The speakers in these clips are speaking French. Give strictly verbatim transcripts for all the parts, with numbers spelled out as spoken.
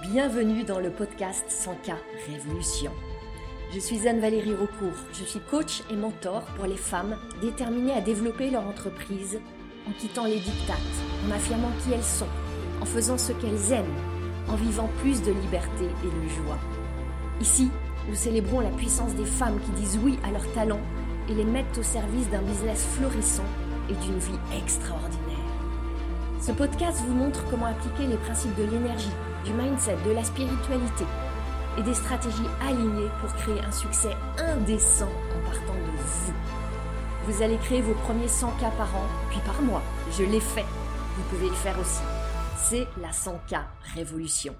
Bienvenue dans le podcast cent K Révolution. Je suis Anne-Valérie Raucourt, je suis coach et mentor pour les femmes déterminées à développer leur entreprise en quittant les diktats, en affirmant qui elles sont, en faisant ce qu'elles aiment, en vivant plus de liberté et de joie. Ici, nous célébrons la puissance des femmes qui disent oui à leurs talents et les mettent au service d'un business florissant et d'une vie extraordinaire. Ce podcast vous montre comment appliquer les principes de l'énergie, du mindset, de la spiritualité et des stratégies alignées pour créer un succès indécent en partant de vous. Vous allez créer vos premiers cent K par an, puis par mois. Je l'ai fait. Vous pouvez le faire aussi. C'est la cent K Révolution.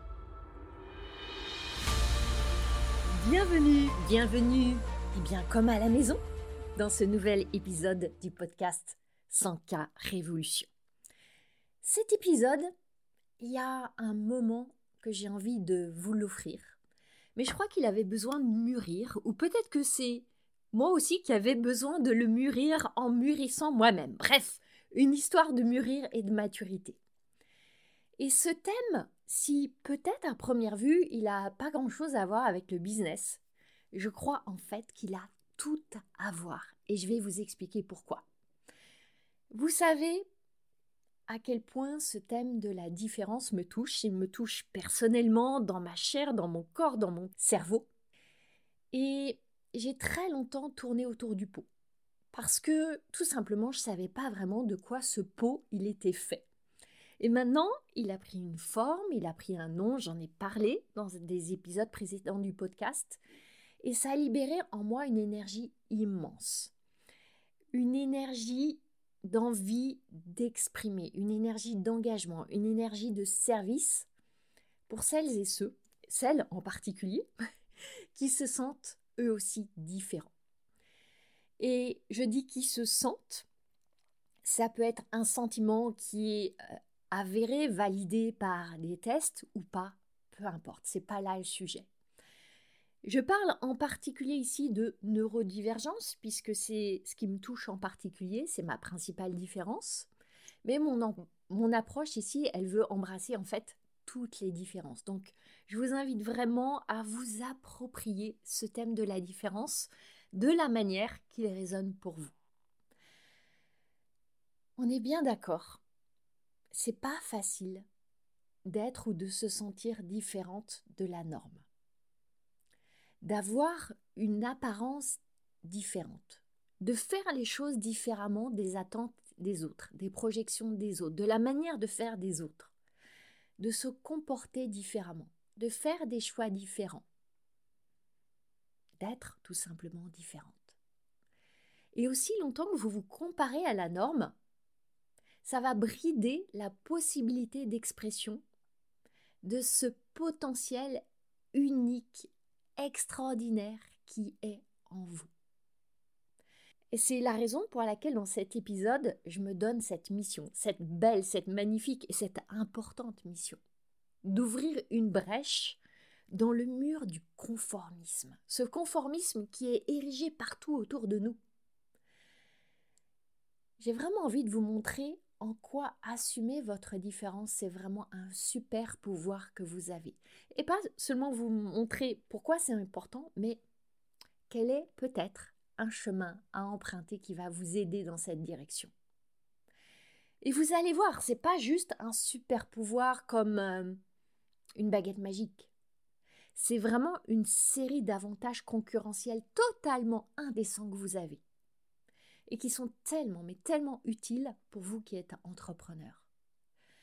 Bienvenue, bienvenue, et bien comme à la maison, dans ce nouvel épisode du podcast cent K Révolution. Cet épisode, il y a un moment que j'ai envie de vous l'offrir, mais je crois qu'il avait besoin de mûrir, ou peut-être que c'est moi aussi qui avais besoin de le mûrir en mûrissant moi-même. Bref, une histoire de mûrir et de maturité. Et ce thème, si peut-être à première vue, il n'a pas grand-chose à voir avec le business, je crois en fait qu'il a tout à voir. Et je vais vous expliquer pourquoi. Vous savez à quel point ce thème de la différence me touche. Il me touche personnellement, dans ma chair, dans mon corps, dans mon cerveau. Et j'ai très longtemps tourné autour du pot. Parce que, tout simplement, je ne savais pas vraiment de quoi ce pot il était fait. Et maintenant, il a pris une forme, il a pris un nom, j'en ai parlé dans des épisodes précédents du podcast. Et ça a libéré en moi une énergie immense. Une énergie d'envie d'exprimer, une énergie d'engagement, une énergie de service pour celles et ceux, celles en particulier, qui se sentent eux aussi différents. Et je dis qui se sentent, ça peut être un sentiment qui est avéré, validé par des tests ou pas, peu importe, c'est pas là le sujet. Je parle en particulier ici de neurodivergence, puisque c'est ce qui me touche en particulier, c'est ma principale différence. Mais mon, en, mon approche ici, elle veut embrasser en fait toutes les différences. Donc, je vous invite vraiment à vous approprier ce thème de la différence de la manière qu'il résonne pour vous. On est bien d'accord, c'est pas facile d'être ou de se sentir différente de la norme. D'avoir une apparence différente, de faire les choses différemment des attentes des autres, des projections des autres, de la manière de faire des autres, de se comporter différemment, de faire des choix différents, d'être tout simplement différente. Et aussi longtemps que vous vous comparez à la norme, ça va brider la possibilité d'expression de ce potentiel unique, extraordinaire qui est en vous. Et c'est la raison pour laquelle dans cet épisode, je me donne cette mission, cette belle, cette magnifique et cette importante mission, d'ouvrir une brèche dans le mur du conformisme, ce conformisme qui est érigé partout autour de nous. J'ai vraiment envie de vous montrer en quoi assumer votre différence, c'est vraiment un super pouvoir que vous avez. Et pas seulement vous montrer pourquoi c'est important, mais quel est peut-être un chemin à emprunter qui va vous aider dans cette direction. Et vous allez voir, c'est pas juste un super pouvoir comme euh, une baguette magique. C'est vraiment une série d'avantages concurrentiels totalement indécents que vous avez. Et qui sont tellement, mais tellement utiles pour vous qui êtes entrepreneur. Pourquoi ?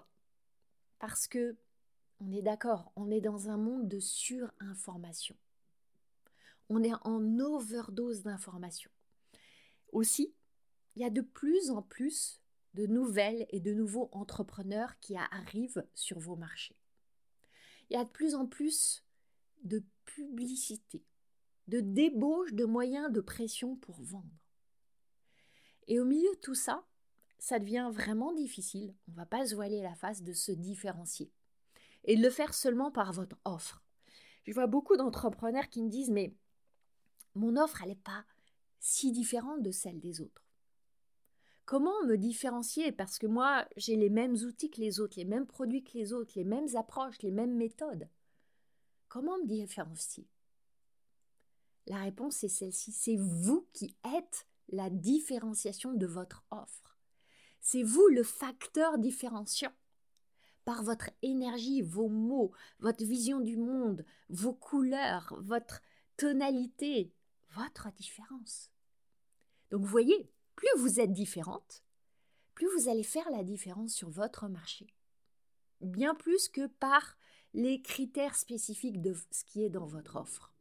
Parce que, on est d'accord, on est dans un monde de surinformation. On est en overdose d'informations. Aussi, il y a de plus en plus de nouvelles et de nouveaux entrepreneurs qui arrivent sur vos marchés. Il y a de plus en plus de publicité, de débauche de moyens de pression pour vendre. Et au milieu de tout ça, ça devient vraiment difficile, on ne va pas se voiler la face, de se différencier. Et de le faire seulement par votre offre. Je vois beaucoup d'entrepreneurs qui me disent « mais mon offre, elle n'est pas si différente de celle des autres. » Comment me différencier? Parce que moi, j'ai les mêmes outils que les autres, les mêmes produits que les autres, les mêmes approches, les mêmes méthodes. Comment me différencier? La réponse est celle-ci. C'est vous qui êtes la différenciation de votre offre. C'est vous le facteur différenciant. Par votre énergie, vos mots, votre vision du monde, vos couleurs, votre tonalité, votre différence. Donc vous voyez, plus vous êtes différente, plus vous allez faire la différence sur votre marché. Bien plus que par les critères spécifiques de ce qui est dans votre offre.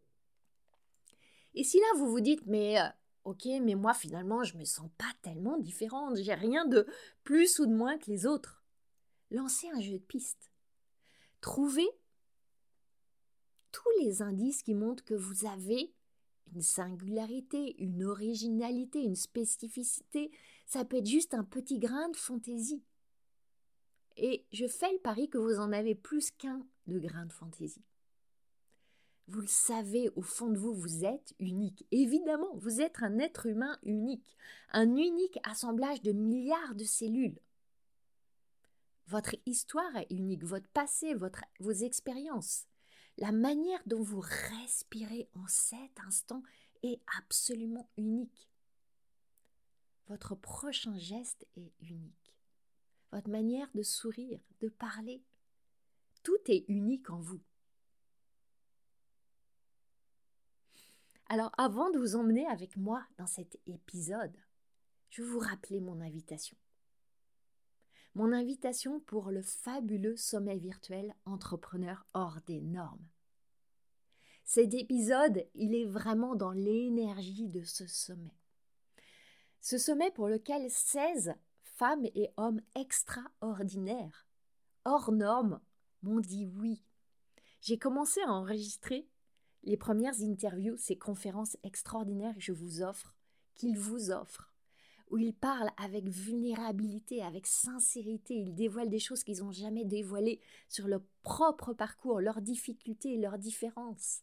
Et si là vous vous dites, mais euh, ok, mais moi finalement je me sens pas tellement différente, j'ai rien de plus ou de moins que les autres. Lancez un jeu de pistes. Trouvez tous les indices qui montrent que vous avez une singularité, une originalité, une spécificité. Ça peut être juste un petit grain de fantaisie. Et je fais le pari que vous en avez plus qu'un de grain de fantaisie. Vous le savez, au fond de vous, vous êtes unique. Évidemment, vous êtes un être humain unique, un unique assemblage de milliards de cellules. Votre histoire est unique, votre passé, votre, vos expériences. La manière dont vous respirez en cet instant est absolument unique. Votre prochain geste est unique. Votre manière de sourire, de parler, tout est unique en vous. Alors, avant de vous emmener avec moi dans cet épisode, je vais vous rappeler mon invitation. Mon invitation pour le fabuleux sommet virtuel Entrepreneur hors des normes. Cet épisode, il est vraiment dans l'énergie de ce sommet. Ce sommet pour lequel seize femmes et hommes extraordinaires, hors normes, m'ont dit oui. J'ai commencé à enregistrer les premières interviews, ces conférences extraordinaires que je vous offre, qu'ils vous offrent, où ils parlent avec vulnérabilité, avec sincérité, ils dévoilent des choses qu'ils n'ont jamais dévoilées sur leur propre parcours, leurs difficultés, leurs différences.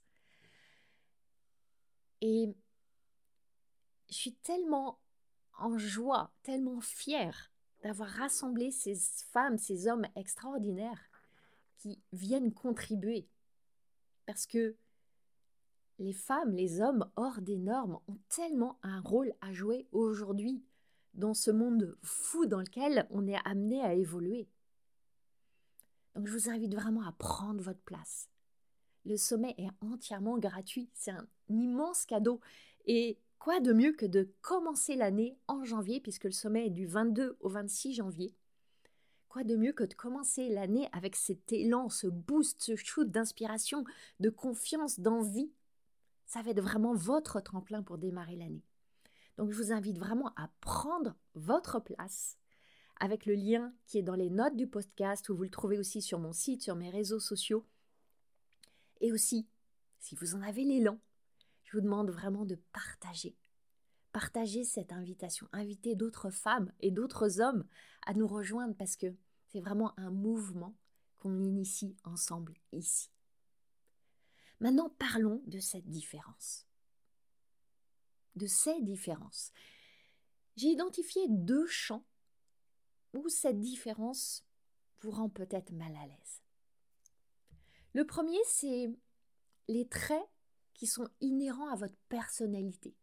Et je suis tellement en joie, tellement fière d'avoir rassemblé ces femmes, ces hommes extraordinaires qui viennent contribuer. Parce que les femmes, les hommes hors des normes ont tellement un rôle à jouer aujourd'hui dans ce monde fou dans lequel on est amené à évoluer. Donc je vous invite vraiment à prendre votre place. Le sommet est entièrement gratuit, c'est un immense cadeau. Et quoi de mieux que de commencer l'année en janvier, puisque le sommet est du vingt-deux au vingt-six janvier. Quoi de mieux que de commencer l'année avec cet élan, ce boost, ce shoot d'inspiration, de confiance, d'envie. Ça va être vraiment votre tremplin pour démarrer l'année. Donc je vous invite vraiment à prendre votre place avec le lien qui est dans les notes du podcast, où vous le trouvez aussi sur mon site, sur mes réseaux sociaux. Et aussi, si vous en avez l'élan, je vous demande vraiment de partager. Partager cette invitation, inviter d'autres femmes et d'autres hommes à nous rejoindre parce que c'est vraiment un mouvement qu'on initie ensemble ici. Maintenant, parlons de cette différence. De ces différences. J'ai identifié deux champs où cette différence vous rend peut-être mal à l'aise. Le premier, c'est les traits qui sont inhérents à votre personnalité,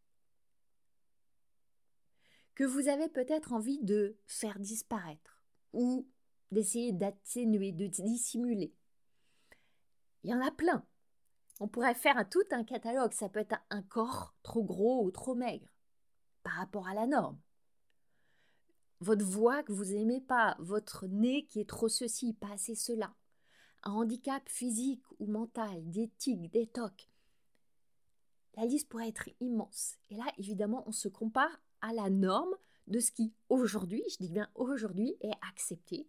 que vous avez peut-être envie de faire disparaître ou d'essayer d'atténuer, de dissimuler. Il y en a plein. On pourrait faire un, tout un catalogue. Ça peut être un corps trop gros ou trop maigre par rapport à la norme. Votre voix que vous n'aimez pas, votre nez qui est trop ceci, pas assez cela. Un handicap physique ou mental, des tics, des tocs. La liste pourrait être immense. Et là, évidemment, on se compare à la norme de ce qui, aujourd'hui, je dis bien aujourd'hui, est accepté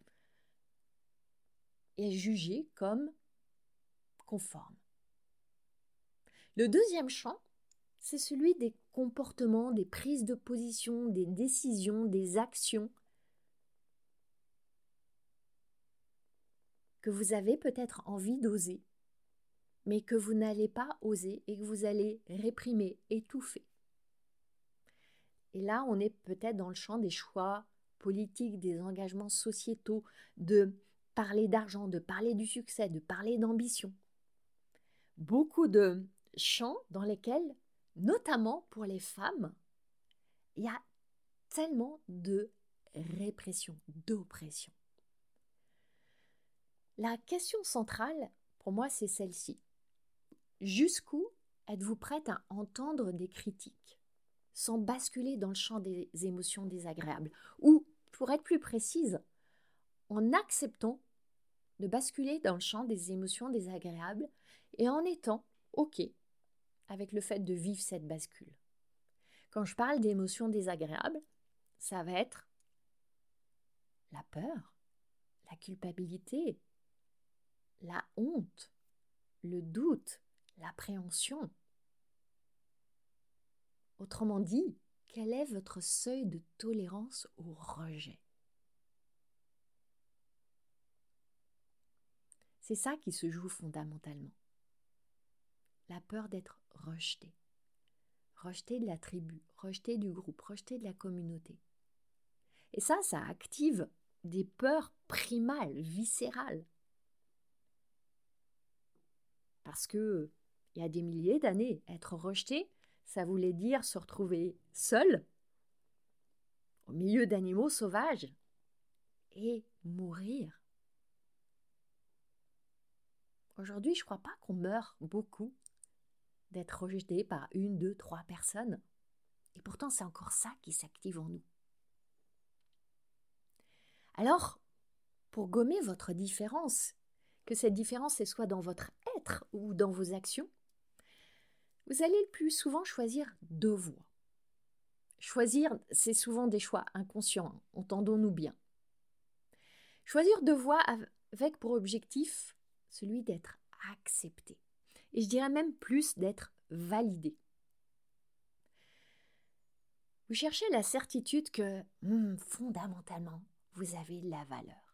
et jugé comme conforme. Le deuxième champ, c'est celui des comportements, des prises de position, des décisions, des actions que vous avez peut-être envie d'oser, mais que vous n'allez pas oser et que vous allez réprimer, étouffer. Et là, on est peut-être dans le champ des choix politiques, des engagements sociétaux, de parler d'argent, de parler du succès, de parler d'ambition. Beaucoup de champs dans lesquels, notamment pour les femmes, il y a tellement de répression, d'oppression. La question centrale, pour moi, c'est celle-ci. Jusqu'où êtes-vous prête à entendre des critiques sans basculer dans le champ des émotions désagréables? Ou, pour être plus précise, en acceptant de basculer dans le champ des émotions désagréables et en étant OK avec le fait de vivre cette bascule. Quand je parle d'émotions désagréables, ça va être la peur, la culpabilité, la honte, le doute, l'appréhension. Autrement dit, quel est votre seuil de tolérance au rejet? C'est ça qui se joue fondamentalement. La peur d'être rejeté. Rejeté de la tribu, rejeté du groupe, rejeté de la communauté. Et ça, ça active des peurs primales, viscérales. Parce que il y a des milliers d'années, être rejeté, ça voulait dire se retrouver seul, au milieu d'animaux sauvages, et mourir. Aujourd'hui, je ne crois pas qu'on meurt beaucoup d'être rejeté par une, deux, trois personnes. Et pourtant, c'est encore ça qui s'active en nous. Alors, pour gommer votre différence, que cette différence elle soit dans votre être ou dans vos actions, vous allez le plus souvent choisir deux voies. Choisir, c'est souvent des choix inconscients, entendons-nous bien. Choisir deux voies avec pour objectif celui d'être accepté. Et je dirais même plus d'être validé. Vous cherchez la certitude que, hmm, fondamentalement, vous avez de la valeur.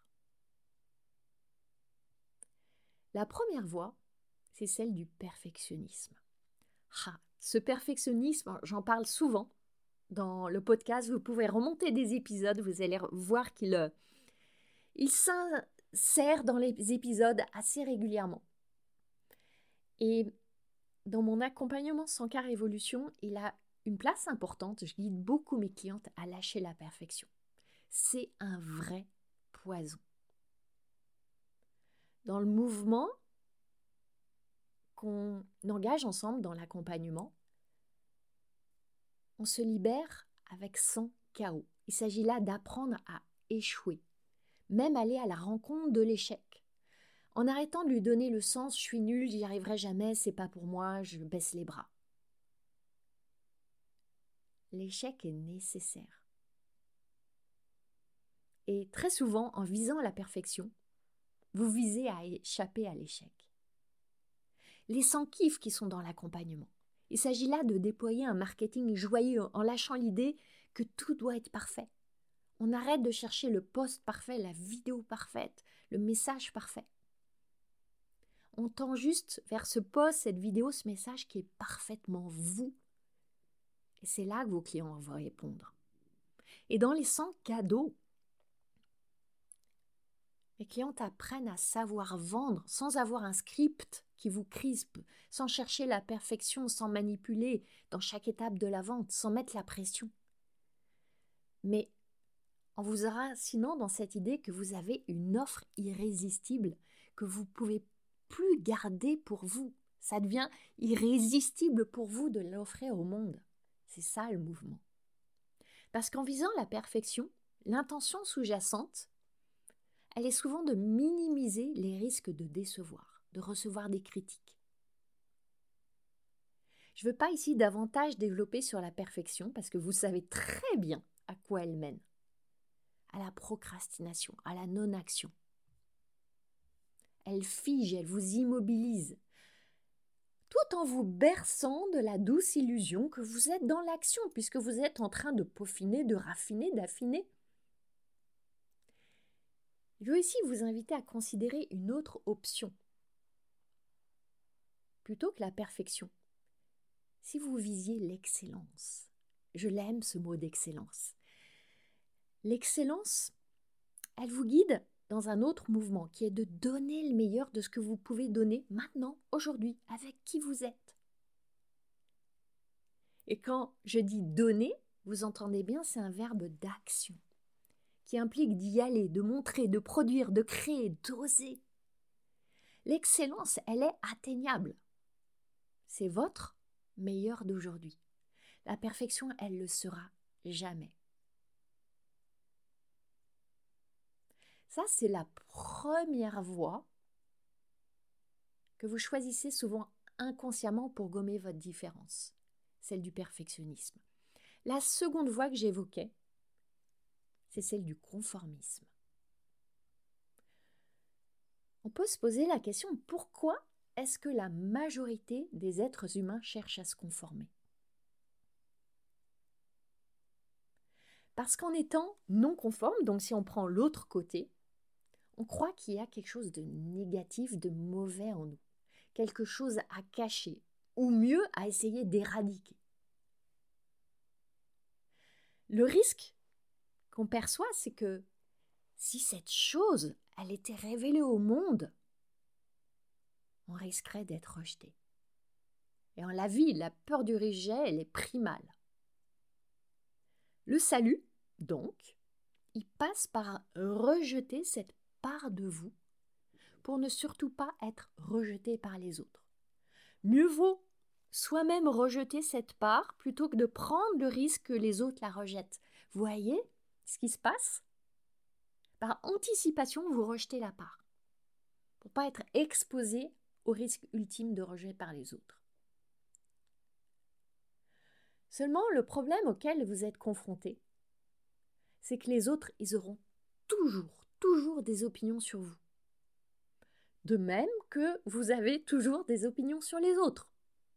La première voie, c'est celle du perfectionnisme. Ah, ce perfectionnisme, j'en parle souvent dans le podcast. Vous pouvez remonter des épisodes, vous allez voir qu'il il s'insère dans les épisodes assez régulièrement. Et dans mon accompagnement cent K Révolution, il a une place importante. Je guide beaucoup mes clientes à lâcher la perfection. C'est un vrai poison. Dans le mouvement qu'on engage ensemble dans l'accompagnement, on se libère avec cent K O. Il s'agit là d'apprendre à échouer, même aller à la rencontre de l'échec. En arrêtant de lui donner le sens « je suis nulle, j'y arriverai jamais, c'est pas pour moi, je baisse les bras ». L'échec est nécessaire. Et très souvent, en visant la perfection, vous visez à échapper à l'échec. Les cent-kiffs qui sont dans l'accompagnement. Il s'agit là de déployer un marketing joyeux en lâchant l'idée que tout doit être parfait. On arrête de chercher le post parfait, la vidéo parfaite, le message parfait. On tend juste vers ce post, cette vidéo, ce message qui est parfaitement vous. Et c'est là que vos clients vont répondre. Et dans les cent cadeaux, les clientes apprennent à savoir vendre sans avoir un script qui vous crispe, sans chercher la perfection, sans manipuler dans chaque étape de la vente, sans mettre la pression. Mais en vous enracinant dans cette idée que vous avez une offre irrésistible, que vous ne pouvez plus garder pour vous. Ça devient irrésistible pour vous de l'offrir au monde. C'est ça le mouvement. Parce qu'en visant la perfection, l'intention sous-jacente, elle est souvent de minimiser les risques de décevoir, de recevoir des critiques. Je ne veux pas ici davantage développer sur la perfection parce que vous savez très bien à quoi elle mène. À la procrastination, à la non-action. Elle fige, elle vous immobilise, tout en vous berçant de la douce illusion que vous êtes dans l'action, puisque vous êtes en train de peaufiner, de raffiner, d'affiner. Je veux ici vous inviter à considérer une autre option. Plutôt que la perfection, si vous visiez l'excellence, je l'aime ce mot d'excellence. L'excellence, elle vous guide dans un autre mouvement qui est de donner le meilleur de ce que vous pouvez donner maintenant, aujourd'hui, avec qui vous êtes. Et quand je dis donner, vous entendez bien, c'est un verbe d'action qui implique d'y aller, de montrer, de produire, de créer, d'oser. L'excellence, elle est atteignable. C'est votre meilleur d'aujourd'hui. La perfection, elle le sera jamais. Ça, c'est la première voie que vous choisissez souvent inconsciemment pour gommer votre différence, celle du perfectionnisme. La seconde voie que j'évoquais, c'est celle du conformisme. On peut se poser la question, pourquoi est-ce que la majorité des êtres humains cherchent à se conformer ? Parce qu'en étant non conforme, donc si on prend l'autre côté, on croit qu'il y a quelque chose de négatif, de mauvais en nous, quelque chose à cacher, ou mieux à essayer d'éradiquer. Le risque qu'on perçoit, c'est que si cette chose, elle était révélée au monde, on risquerait d'être rejeté. Et en la vie, la peur du rejet, elle est primale. Le salut, donc, il passe par rejeter cette part de vous pour ne surtout pas être rejeté par les autres. Mieux vaut soi-même rejeter cette part plutôt que de prendre le risque que les autres la rejettent. Vous voyez ce qui se passe ? Par anticipation, vous rejetez la part pour ne pas être exposé au risque ultime de rejet par les autres. Seulement, le problème auquel vous êtes confronté, c'est que les autres, ils auront toujours, toujours des opinions sur vous. De même que vous avez toujours des opinions sur les autres.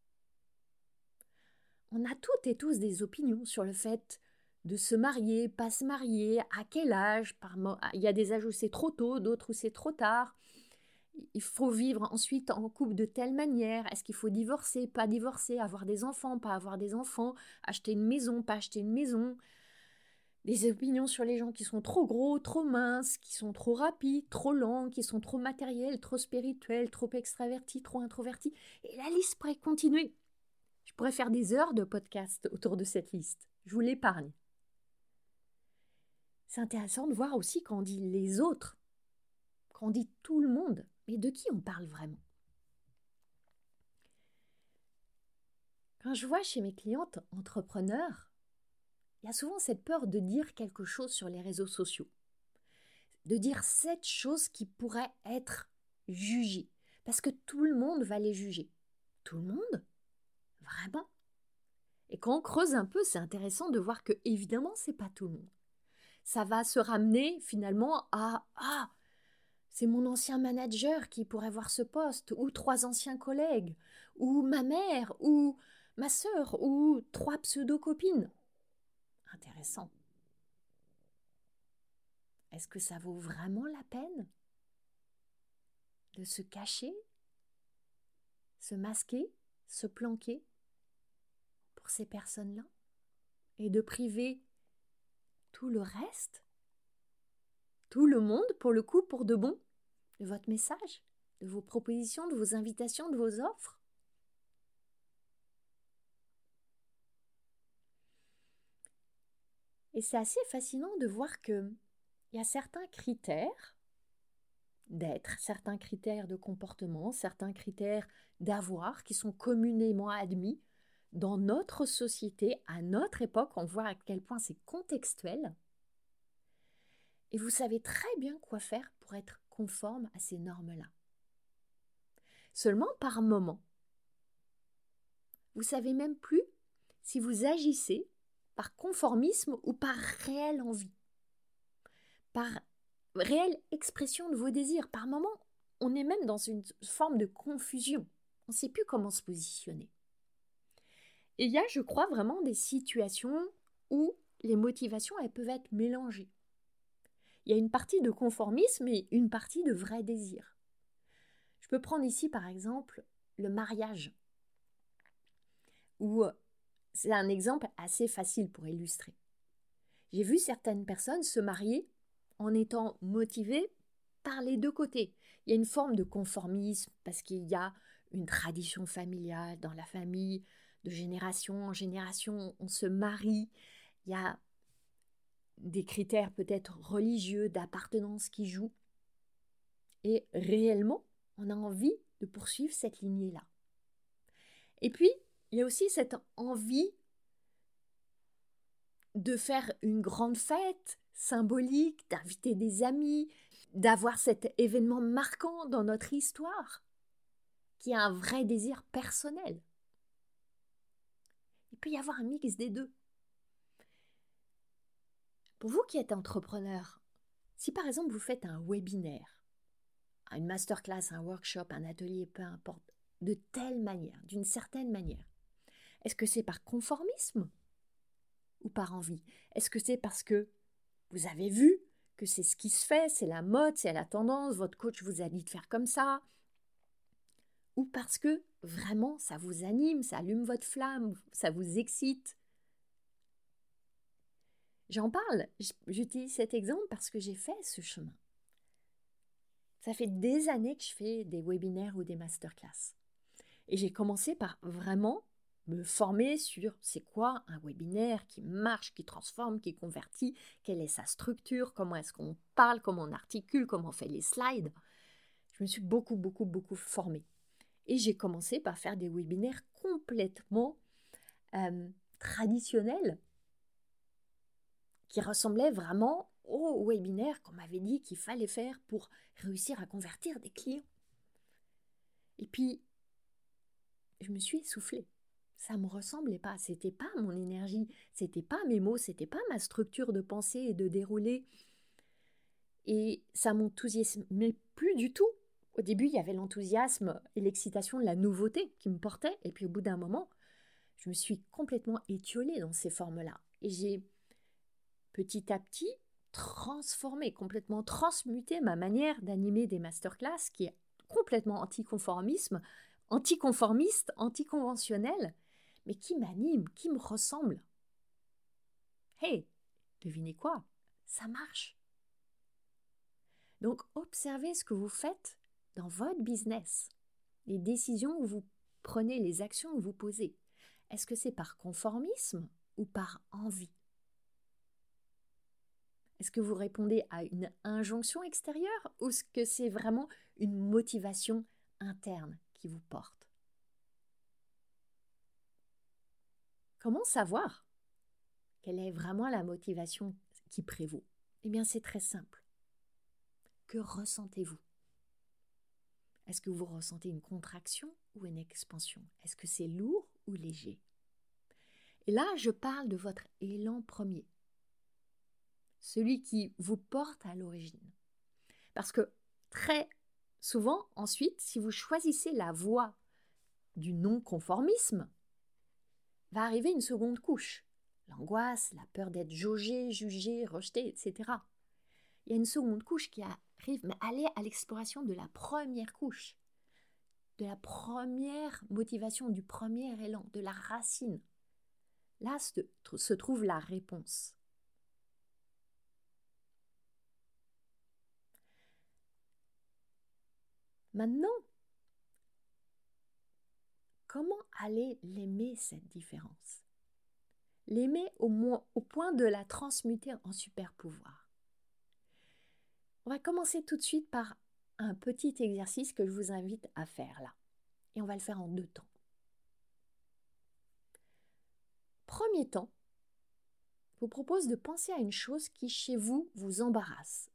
On a toutes et tous des opinions sur le fait de se marier, pas se marier, à quel âge. Par mo- Il y a des âges où c'est trop tôt, d'autres où c'est trop tard. Il faut vivre ensuite en couple de telle manière. Est-ce qu'il faut divorcer, pas divorcer, avoir des enfants, pas avoir des enfants, acheter une maison, pas acheter une maison. Des opinions sur les gens qui sont trop gros, trop minces, qui sont trop rapides, trop lents, qui sont trop matériels, trop spirituels, trop extravertis, trop introvertis. Et la liste pourrait continuer. Je pourrais faire des heures de podcast autour de cette liste. Je vous l'épargne. C'est intéressant de voir aussi quand on dit les autres, quand on dit tout le monde, mais de qui on parle vraiment? Quand je vois chez mes clientes entrepreneurs, il y a souvent cette peur de dire quelque chose sur les réseaux sociaux, de dire cette chose qui pourrait être jugée, parce que tout le monde va les juger. Tout le monde? Vraiment? Et quand on creuse un peu, c'est intéressant de voir que, évidemment, c'est pas tout le monde. Ça va se ramener finalement à « Ah, c'est mon ancien manager qui pourrait voir ce poste, ou trois anciens collègues, ou ma mère, ou ma sœur, ou trois pseudo-copines. » Intéressant. Est-ce que ça vaut vraiment la peine de se cacher, se masquer, se planquer pour ces personnes-là et de priver tout le reste, tout le monde pour le coup, pour de bon, de votre message, de vos propositions, de vos invitations, de vos offres? Et c'est assez fascinant de voir qu'il y a certains critères d'être, certains critères de comportement, certains critères d'avoir qui sont communément admis dans notre société, à notre époque. On voit à quel point c'est contextuel. Et vous savez très bien quoi faire pour être conforme à ces normes-là. Seulement, par moment, vous savez même plus si vous agissez par conformisme ou par réelle envie, par réelle expression de vos désirs. Par moment, on est même dans une forme de confusion. On ne sait plus comment se positionner. Et il y a, je crois, vraiment des situations où les motivations, elles peuvent être mélangées. Il y a une partie de conformisme et une partie de vrai désir. Je peux prendre ici, par exemple, le mariage, où c'est un exemple assez facile pour illustrer. J'ai vu certaines personnes se marier en étant motivées par les deux côtés. Il y a une forme de conformisme parce qu'il y a une tradition familiale dans la famille, de génération en génération, on se marie. Il y a des critères peut-être religieux, d'appartenance qui jouent. Et réellement, on a envie de poursuivre cette lignée-là. Et puis, il y a aussi cette envie de faire une grande fête symbolique, d'inviter des amis, d'avoir cet événement marquant dans notre histoire, qui a un vrai désir personnel. Il peut y avoir un mix des deux. Pour vous qui êtes entrepreneur, si par exemple vous faites un webinaire, une masterclass, un workshop, un atelier, peu importe, de telle manière, d'une certaine manière, est-ce que c'est par conformisme ou par envie? Est-ce que c'est parce que vous avez vu que c'est ce qui se fait, c'est la mode, c'est la tendance, votre coach vous a dit de faire comme ça? Ou parce que vraiment ça vous anime, ça allume votre flamme, ça vous excite? J'en parle, j'utilise cet exemple parce que j'ai fait ce chemin. Ça fait des années que je fais des webinaires ou des masterclass. Et j'ai commencé par vraiment me former sur c'est quoi un webinaire qui marche, qui transforme, qui convertit, quelle est sa structure, comment est-ce qu'on parle, comment on articule, comment on fait les slides. Je me suis beaucoup, beaucoup, beaucoup formée. Et j'ai commencé par faire des webinaires complètement euh, traditionnels qui ressemblaient vraiment aux webinaires qu'on m'avait dit qu'il fallait faire pour réussir à convertir des clients. Et puis, je me suis essoufflée. Ça ne me ressemblait pas, c'était pas mon énergie, c'était pas mes mots, c'était pas ma structure de pensée et de déroulé. Et ça m'enthousiasmait plus du tout. Au début, il y avait l'enthousiasme et l'excitation de la nouveauté qui me portait. Et puis au bout d'un moment, je me suis complètement étiolée dans ces formes-là. Et j'ai petit à petit transformé, complètement transmuté ma manière d'animer des masterclass qui est complètement anticonformisme, anticonformiste, anticonventionnel, mais qui m'anime, qui me ressemble. Hey, devinez quoi? Ça marche. Donc, observez ce que vous faites dans votre business, les décisions que vous prenez, les actions que vous posez. Est-ce que c'est par conformisme ou par envie? Est-ce que vous répondez à une injonction extérieure ou est-ce que c'est vraiment une motivation interne qui vous porte? Comment savoir quelle est vraiment la motivation qui prévaut? Eh bien, c'est très simple. Que ressentez-vous? Est-ce que vous ressentez une contraction ou une expansion? Est-ce que c'est lourd ou léger? Et là, je parle de votre élan premier, celui qui vous porte à l'origine. Parce que très souvent, ensuite, si vous choisissez la voie du non-conformisme, va arriver une seconde couche. L'angoisse, la peur d'être jaugé, jugé, rejeté, et cetera. Il y a une seconde couche qui arrive, mais allez à l'exploration de la première couche, de la première motivation, du premier élan, de la racine. Là se trouve la réponse. Maintenant, comment aller l'aimer, cette différence? L'aimer au, moins, au point de la transmuter en super pouvoir. On va commencer tout de suite par un petit exercice que je vous invite à faire là. Et on va le faire en deux temps. Premier temps, je vous propose de penser à une chose qui chez vous vous embarrasse.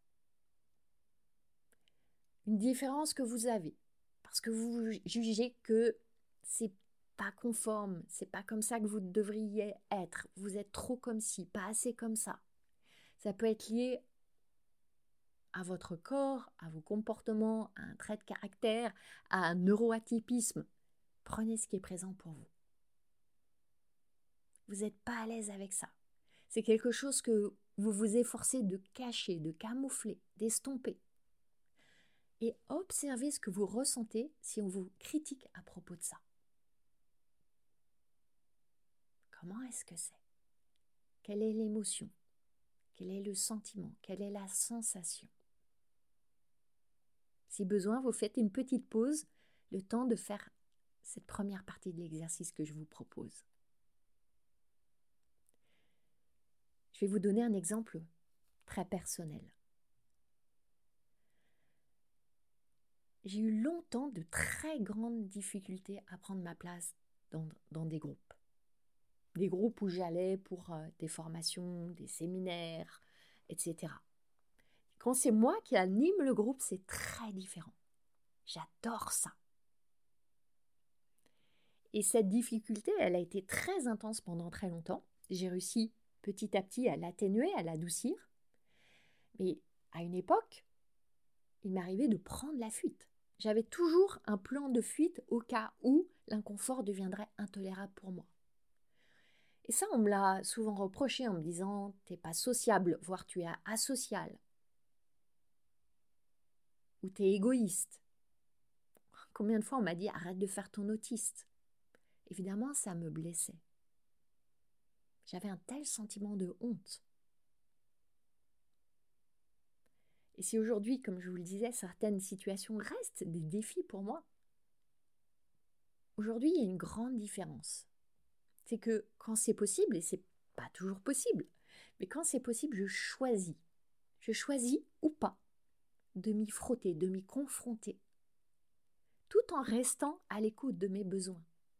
Une différence que vous avez parce que vous jugez que c'est pas conforme, c'est pas comme ça que vous devriez être, vous êtes trop comme ci, pas assez comme ça. Ça peut être lié à votre corps, à vos comportements, à un trait de caractère, à un neuroatypisme. Prenez ce qui est présent pour vous. Vous n'êtes pas à l'aise avec ça. C'est quelque chose que vous vous efforcez de cacher, de camoufler, d'estomper. Et observez ce que vous ressentez si on vous critique à propos de ça. Comment est-ce que c'est? Quelle est l'émotion? Quel est le sentiment? Quelle est la sensation? Si besoin, vous faites une petite pause, le temps de faire cette première partie de l'exercice que je vous propose. Je vais vous donner un exemple très personnel. J'ai eu longtemps de très grandes difficultés à prendre ma place dans, dans des groupes. Des groupes où j'allais pour euh, des formations, des séminaires, et cetera. Quand c'est moi qui anime le groupe, c'est très différent. J'adore ça. Et cette difficulté, elle a été très intense pendant très longtemps. J'ai réussi petit à petit à l'atténuer, à l'adoucir. Mais à une époque, il m'arrivait de prendre la fuite. J'avais toujours un plan de fuite au cas où l'inconfort deviendrait intolérable pour moi. Et ça, on me l'a souvent reproché en me disant « t'es pas sociable, voire tu es asocial » ou « t'es égoïste ». Combien de fois on m'a dit « arrête de faire ton autiste ». Évidemment, ça me blessait. J'avais un tel sentiment de honte. Et si aujourd'hui, comme je vous le disais, certaines situations restent des défis pour moi, aujourd'hui, il y a une grande différence. C'est que quand c'est possible, et c'est pas toujours possible, mais quand c'est possible, je choisis. Je choisis ou pas de m'y frotter, de m'y confronter, tout en restant à l'écoute de mes besoins.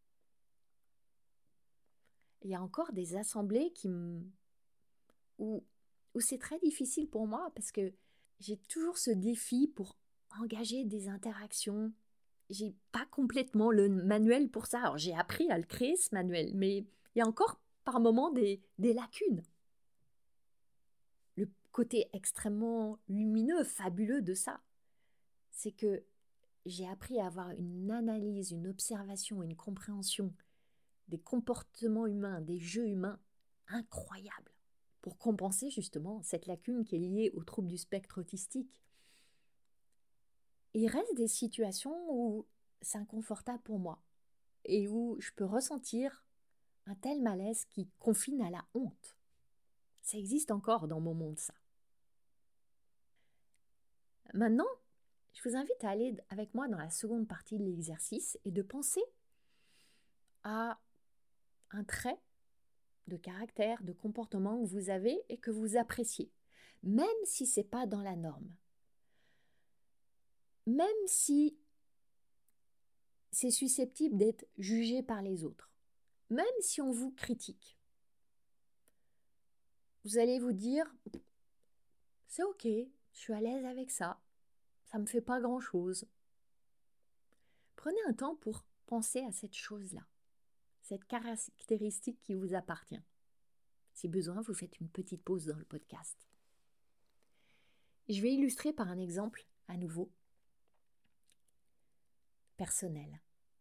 Il y a encore des assemblées qui me... où, où c'est très difficile pour moi parce que j'ai toujours ce défi pour engager des interactions. J'ai pas complètement le manuel pour ça. Alors j'ai appris à le créer, ce manuel, mais il y a encore par moments des, des lacunes. Le côté extrêmement lumineux, fabuleux de ça, c'est que j'ai appris à avoir une analyse, une observation, une compréhension des comportements humains, des jeux humains incroyables pour compenser justement cette lacune qui est liée au trouble du spectre autistique. Et il reste des situations où c'est inconfortable pour moi et où je peux ressentir un tel malaise qui confine à la honte. Ça existe encore dans mon monde, ça. Maintenant, je vous invite à aller avec moi dans la seconde partie de l'exercice et de penser à un trait de caractère, de comportement que vous avez et que vous appréciez, même si ce n'est pas dans la norme. Même si c'est susceptible d'être jugé par les autres, même si on vous critique. Vous allez vous dire, c'est ok, je suis à l'aise avec ça, ça ne me fait pas grand-chose. Prenez un temps pour penser à cette chose-là, cette caractéristique qui vous appartient. Si besoin, vous faites une petite pause dans le podcast. Je vais illustrer par un exemple, à nouveau, personnel.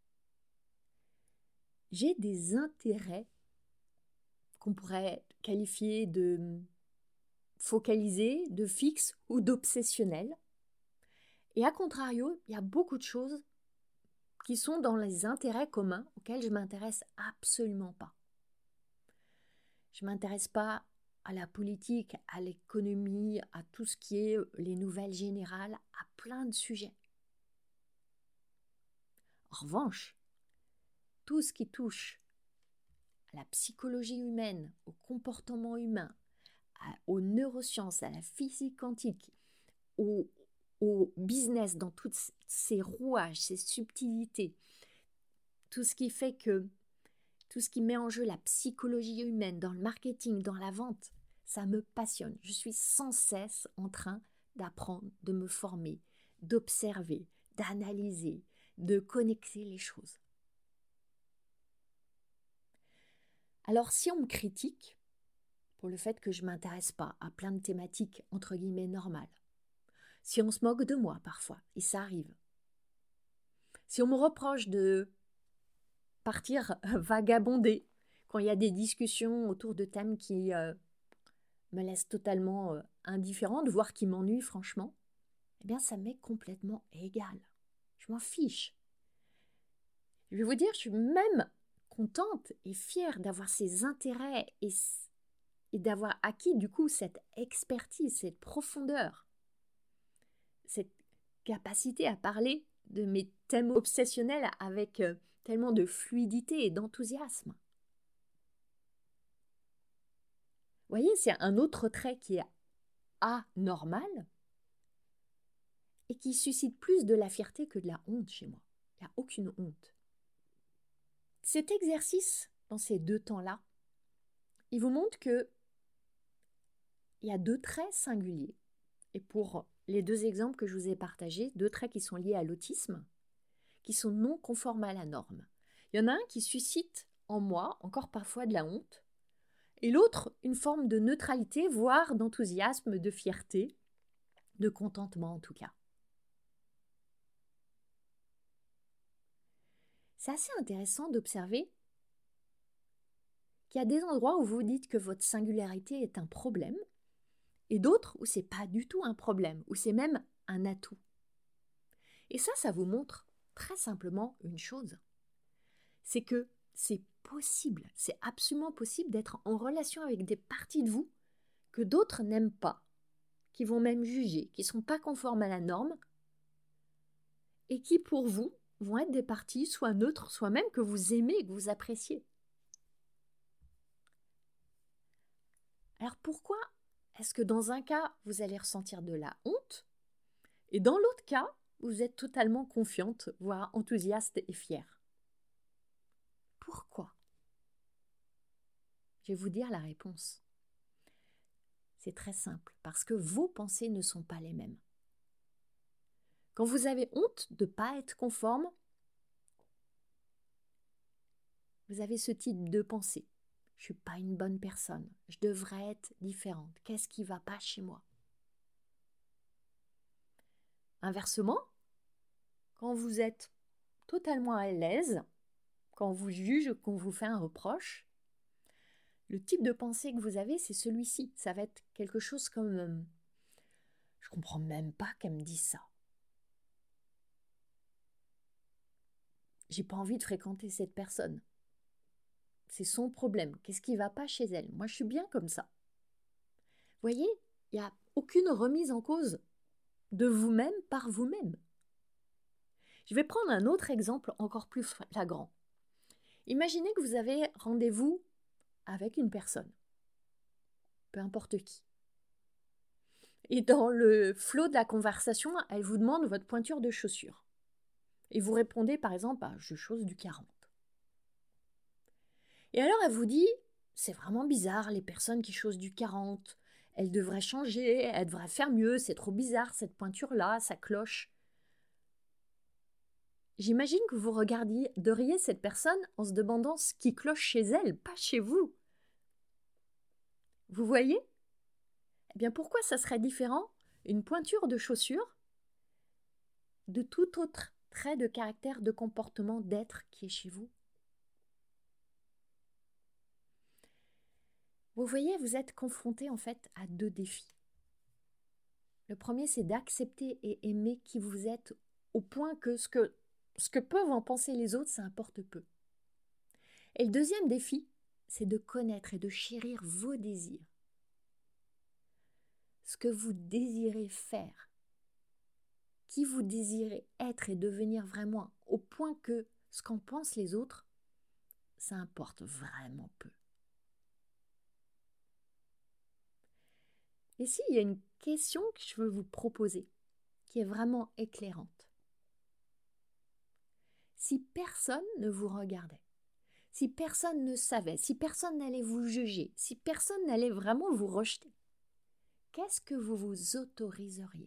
J'ai des intérêts qu'on pourrait qualifier de focalisés, de fixes ou d'obsessionnels. Et à contrario, il y a beaucoup de choses qui sont dans les intérêts communs auxquels je ne m'intéresse absolument pas. Je ne m'intéresse pas à la politique, à l'économie, à tout ce qui est les nouvelles générales, à plein de sujets. En revanche, tout ce qui touche à la psychologie humaine, au comportement humain, à, aux neurosciences, à la physique quantique, au, au business dans tous ces rouages, ces subtilités, tout ce qui fait que, tout ce qui met en jeu la psychologie humaine dans le marketing, dans la vente, ça me passionne. Je suis sans cesse en train d'apprendre, de me former, d'observer, d'analyser, de connecter les choses. Alors si on me critique pour le fait que je ne m'intéresse pas à plein de thématiques entre guillemets normales, si on se moque de moi parfois, et ça arrive, si on me reproche de partir vagabonder quand il y a des discussions autour de thèmes qui euh, me laissent totalement euh, indifférente, voire qui m'ennuient franchement, eh bien ça m'est complètement égal. Je m'en fiche. Je vais vous dire, je suis même contente et fière d'avoir ces intérêts et, et d'avoir acquis du coup cette expertise, cette profondeur, cette capacité à parler de mes thèmes obsessionnels avec euh, tellement de fluidité et d'enthousiasme. Vous voyez, c'est un autre trait qui est anormal et qui suscite plus de la fierté que de la honte chez moi. Il n'y a aucune honte. Cet exercice, dans ces deux temps-là, il vous montre que il y a deux traits singuliers. Et pour les deux exemples que je vous ai partagés, deux traits qui sont liés à l'autisme, qui sont non conformes à la norme. Il y en a un qui suscite en moi encore parfois de la honte, et l'autre une forme de neutralité, voire d'enthousiasme, de fierté, de contentement en tout cas. C'est assez intéressant d'observer qu'il y a des endroits où vous dites que votre singularité est un problème, et d'autres où c'est pas du tout un problème, où c'est même un atout. Et ça, ça vous montre très simplement une chose, c'est que c'est possible, c'est absolument possible d'être en relation avec des parties de vous que d'autres n'aiment pas, qui vont même juger, qui ne sont pas conformes à la norme, et qui pour vous vont être des parties soit neutres, soit même que vous aimez et que vous appréciez. Alors pourquoi est-ce que dans un cas, vous allez ressentir de la honte, et dans l'autre cas, vous êtes totalement confiante, voire enthousiaste et fière? Pourquoi? Je vais vous dire la réponse. C'est très simple, parce que vos pensées ne sont pas les mêmes. Quand vous avez honte de ne pas être conforme, vous avez ce type de pensée. Je ne suis pas une bonne personne, je devrais être différente. Qu'est-ce qui ne va pas chez moi? Inversement, quand vous êtes totalement à l'aise, quand on vous juge, qu'on vous fait un reproche, le type de pensée que vous avez, c'est celui-ci. Ça va être quelque chose comme euh, « je comprends même pas qu'elle me dise ça. J'ai pas envie de fréquenter cette personne. C'est son problème. Qu'est-ce qui va pas chez elle? Moi, je suis bien comme ça. » Vous voyez, il n'y a aucune remise en cause de vous-même par vous-même. Je vais prendre un autre exemple encore plus flagrant. Imaginez que vous avez rendez-vous avec une personne, peu importe qui. Et dans le flot de la conversation, elle vous demande votre pointure de chaussure. Et vous répondez par exemple, bah, je chausse du quarante. Et alors elle vous dit, c'est vraiment bizarre les personnes qui chaussent du quarante. Elles devraient changer, elles devraient faire mieux, c'est trop bizarre cette pointure-là, ça cloche. J'imagine que vous regarderiez cette personne en se demandant ce qui cloche chez elle, pas chez vous. Vous voyez? Eh bien, pourquoi ça serait différent, une pointure de chaussure, de tout autre trait de caractère, de comportement, d'être qui est chez vous? Vous voyez, vous êtes confronté en fait à deux défis. Le premier, c'est d'accepter et aimer qui vous êtes au point que ce que, ce que peuvent en penser les autres, ça importe peu. Et le deuxième défi, c'est de connaître et de chérir vos désirs. Ce que vous désirez faire, qui vous désirez être et devenir vraiment, au point que ce qu'en pensent les autres, ça importe vraiment peu. Et s'il y a une question que je veux vous proposer, qui est vraiment éclairante. Si personne ne vous regardait, si personne ne savait, si personne n'allait vous juger, si personne n'allait vraiment vous rejeter, qu'est-ce que vous vous autoriseriez?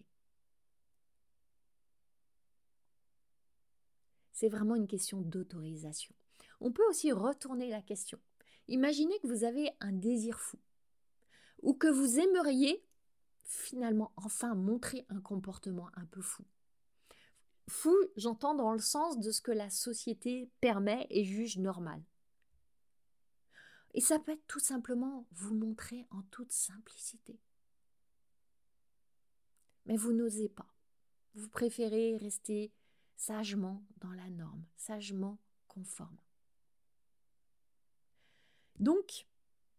C'est vraiment une question d'autorisation. On peut aussi retourner la question. Imaginez que vous avez un désir fou, ou que vous aimeriez finalement enfin montrer un comportement un peu fou. Fou, j'entends dans le sens de ce que la société permet et juge normal. Et ça peut être tout simplement vous montrer en toute simplicité. Mais vous n'osez pas. Vous préférez rester sagement dans la norme, sagement conforme. Donc,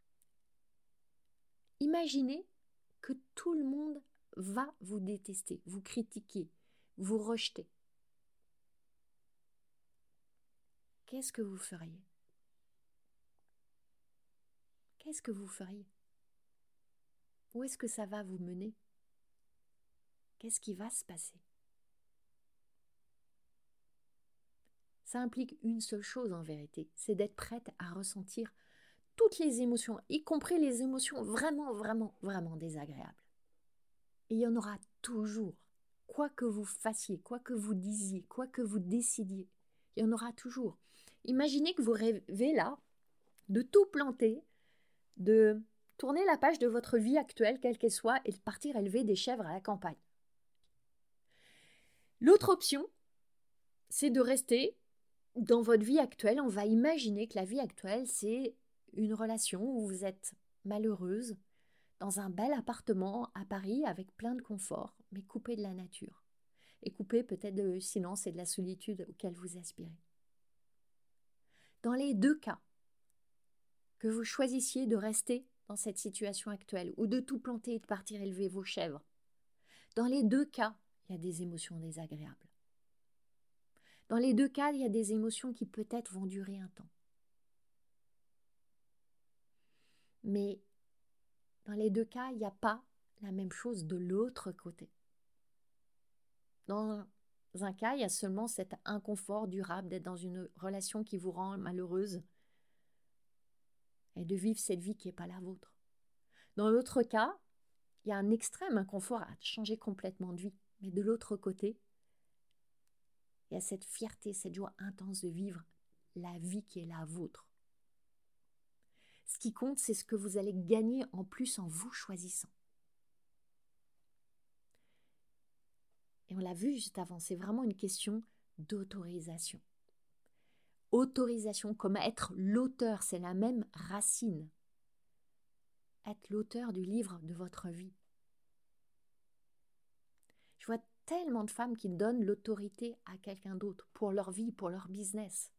imaginez que tout le monde va vous détester, vous critiquer, vous rejeter. Qu'est-ce que vous feriez? Qu'est-ce que vous feriez? Où est-ce que ça va vous mener? Qu'est-ce qui va se passer? Ça implique une seule chose en vérité, c'est d'être prête à ressentir toutes les émotions, y compris les émotions vraiment, vraiment, vraiment désagréables. Et il y en aura toujours, quoi que vous fassiez, quoi que vous disiez, quoi que vous décidiez, il y en aura toujours. Imaginez que vous rêvez là de tout planter, de tourner la page de votre vie actuelle, quelle qu'elle soit, et de partir élever des chèvres à la campagne. L'autre option, c'est de rester dans votre vie actuelle. On va imaginer que la vie actuelle, c'est une relation où vous êtes malheureuse, dans un bel appartement à Paris avec plein de confort, mais coupé de la nature, et coupé peut-être du silence et de la solitude auquel vous aspirez. Dans les deux cas, que vous choisissiez de rester dans cette situation actuelle ou de tout planter et de partir élever vos chèvres, dans les deux cas, il y a des émotions désagréables. Dans les deux cas, il y a des émotions qui peut-être vont durer un temps. Mais dans les deux cas, il n'y a pas la même chose de l'autre côté. Dans un cas, il y a seulement cet inconfort durable d'être dans une relation qui vous rend malheureuse et de vivre cette vie qui n'est pas la vôtre. Dans l'autre cas, il y a un extrême inconfort à changer complètement de vie. Mais de l'autre côté, il y a cette fierté, cette joie intense de vivre la vie qui est la vôtre. Ce qui compte, c'est ce que vous allez gagner en plus en vous choisissant. Et on l'a vu juste avant, c'est vraiment une question d'autorisation. Autorisation, comme être l'auteur, c'est la même racine. Être l'auteur du livre de votre vie. Je vois tellement de femmes qui donnent l'autorité à quelqu'un d'autre pour leur vie, pour leur business.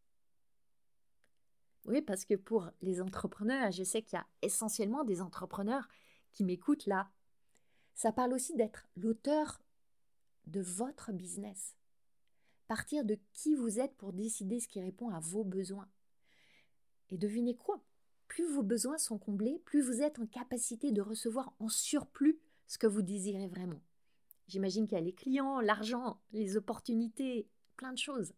Oui, parce que pour les entrepreneurs, je sais qu'il y a essentiellement des entrepreneurs qui m'écoutent là. Ça parle aussi d'être l'auteur de votre business. Partir de qui vous êtes pour décider ce qui répond à vos besoins. Et devinez quoi? Plus vos besoins sont comblés, plus vous êtes en capacité de recevoir en surplus ce que vous désirez vraiment. J'imagine qu'il y a les clients, l'argent, les opportunités, plein de choses.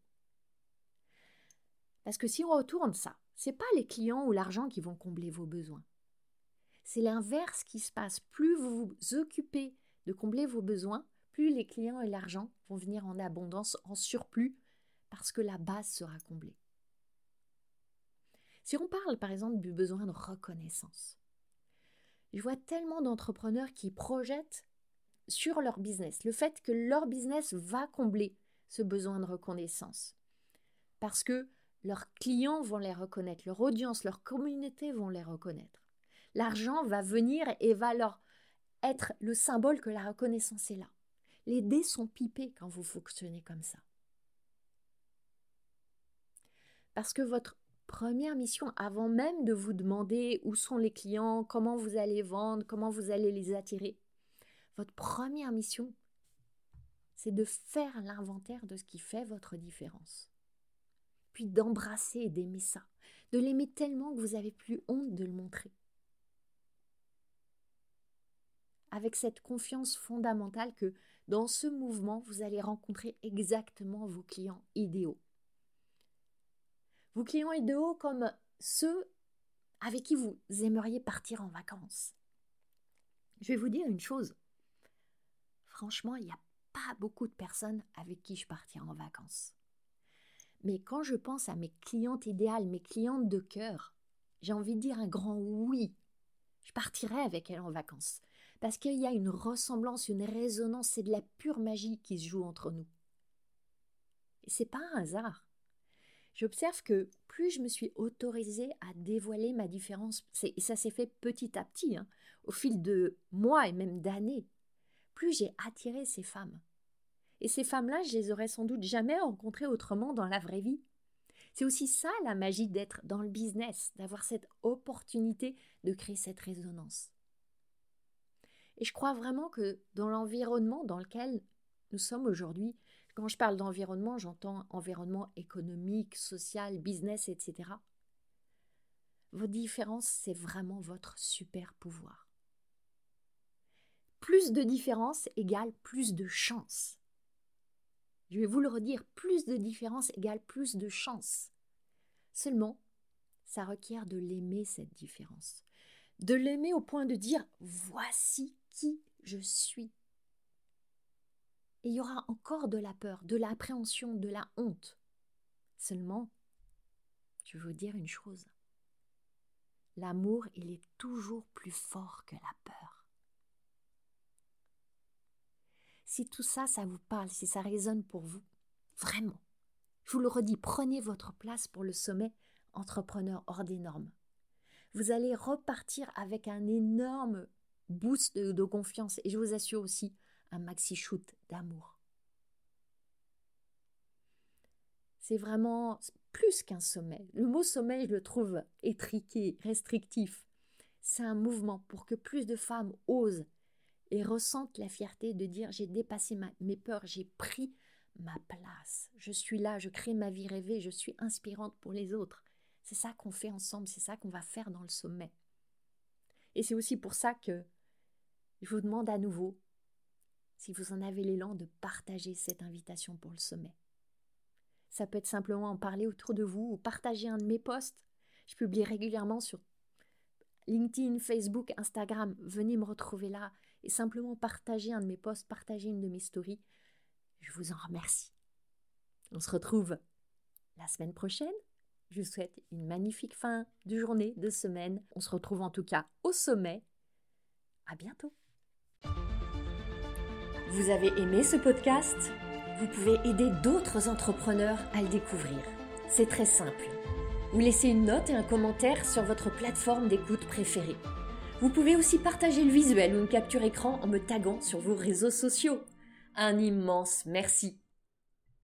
Parce que si on retourne ça, ce n'est pas les clients ou l'argent qui vont combler vos besoins. C'est l'inverse qui se passe. Plus vous vous occupez de combler vos besoins, plus les clients et l'argent vont venir en abondance, en surplus, parce que la base sera comblée. Si on parle par exemple du besoin de reconnaissance, je vois tellement d'entrepreneurs qui projettent sur leur business, le fait que leur business va combler ce besoin de reconnaissance. Parce que leurs clients vont les reconnaître, leur audience, leur communauté vont les reconnaître. L'argent va venir et va leur être le symbole que la reconnaissance est là. Les dés sont pipés quand vous fonctionnez comme ça. Parce que votre première mission, avant même de vous demander où sont les clients, comment vous allez vendre, comment vous allez les attirer, votre première mission, c'est de faire l'inventaire de ce qui fait votre différence. Puis d'embrasser et d'aimer ça, de l'aimer tellement que vous n'avez plus honte de le montrer. Avec cette confiance fondamentale que dans ce mouvement, vous allez rencontrer exactement vos clients idéaux. Vos clients idéaux comme ceux avec qui vous aimeriez partir en vacances. Je vais vous dire une chose. Franchement, il n'y a pas beaucoup de personnes avec qui je partirai en vacances. Mais quand je pense à mes clientes idéales, mes clientes de cœur, j'ai envie de dire un grand oui. Je partirai avec elles en vacances. Parce qu'il y a une ressemblance, une résonance, c'est de la pure magie qui se joue entre nous. Et c'est pas un hasard. J'observe que plus je me suis autorisée à dévoiler ma différence, et ça s'est fait petit à petit, hein, au fil de mois et même d'années, plus j'ai attiré ces femmes. Et ces femmes-là, je les aurais sans doute jamais rencontrées autrement dans la vraie vie. C'est aussi ça la magie d'être dans le business, d'avoir cette opportunité de créer cette résonance. Et je crois vraiment que dans l'environnement dans lequel nous sommes aujourd'hui, quand je parle d'environnement, j'entends environnement économique, social, business, et cetera. Votre différence, c'est vraiment votre super pouvoir. Plus de différence égale plus de chance. Je vais vous le redire, plus de différence égale plus de chance. Seulement, ça requiert de l'aimer cette différence. De l'aimer au point de dire « voici qui je suis ». Et il y aura encore de la peur, de l'appréhension, de la honte. Seulement, je veux vous dire une chose. L'amour, il est toujours plus fort que la peur. Si tout ça, ça vous parle, si ça résonne pour vous, vraiment, je vous le redis, prenez votre place pour le sommet Entrepreneur hors des normes. Vous allez repartir avec un énorme boost de, de confiance et je vous assure aussi un maxi shoot d'amour. C'est vraiment plus qu'un sommet. Le mot sommet, je le trouve étriqué, restrictif. C'est un mouvement pour que plus de femmes osent et ressentent la fierté de dire « j'ai dépassé ma, mes peurs, j'ai pris ma place. Je suis là, je crée ma vie rêvée, je suis inspirante pour les autres. » C'est ça qu'on fait ensemble, c'est ça qu'on va faire dans le sommet. Et c'est aussi pour ça que je vous demande à nouveau, si vous en avez l'élan, de partager cette invitation pour le sommet. Ça peut être simplement en parler autour de vous ou partager un de mes posts. Je publie régulièrement sur LinkedIn, Facebook, Instagram. Venez me retrouver là et simplement partager un de mes posts, partager une de mes stories. Je vous en remercie. On se retrouve la semaine prochaine. Je vous souhaite une magnifique fin de journée, de semaine. On se retrouve en tout cas au sommet. À bientôt. Vous avez aimé ce podcast ? Vous pouvez aider d'autres entrepreneurs à le découvrir. C'est très simple. Vous laissez une note et un commentaire sur votre plateforme d'écoute préférée. Vous pouvez aussi partager le visuel ou une capture écran en me taguant sur vos réseaux sociaux. Un immense merci.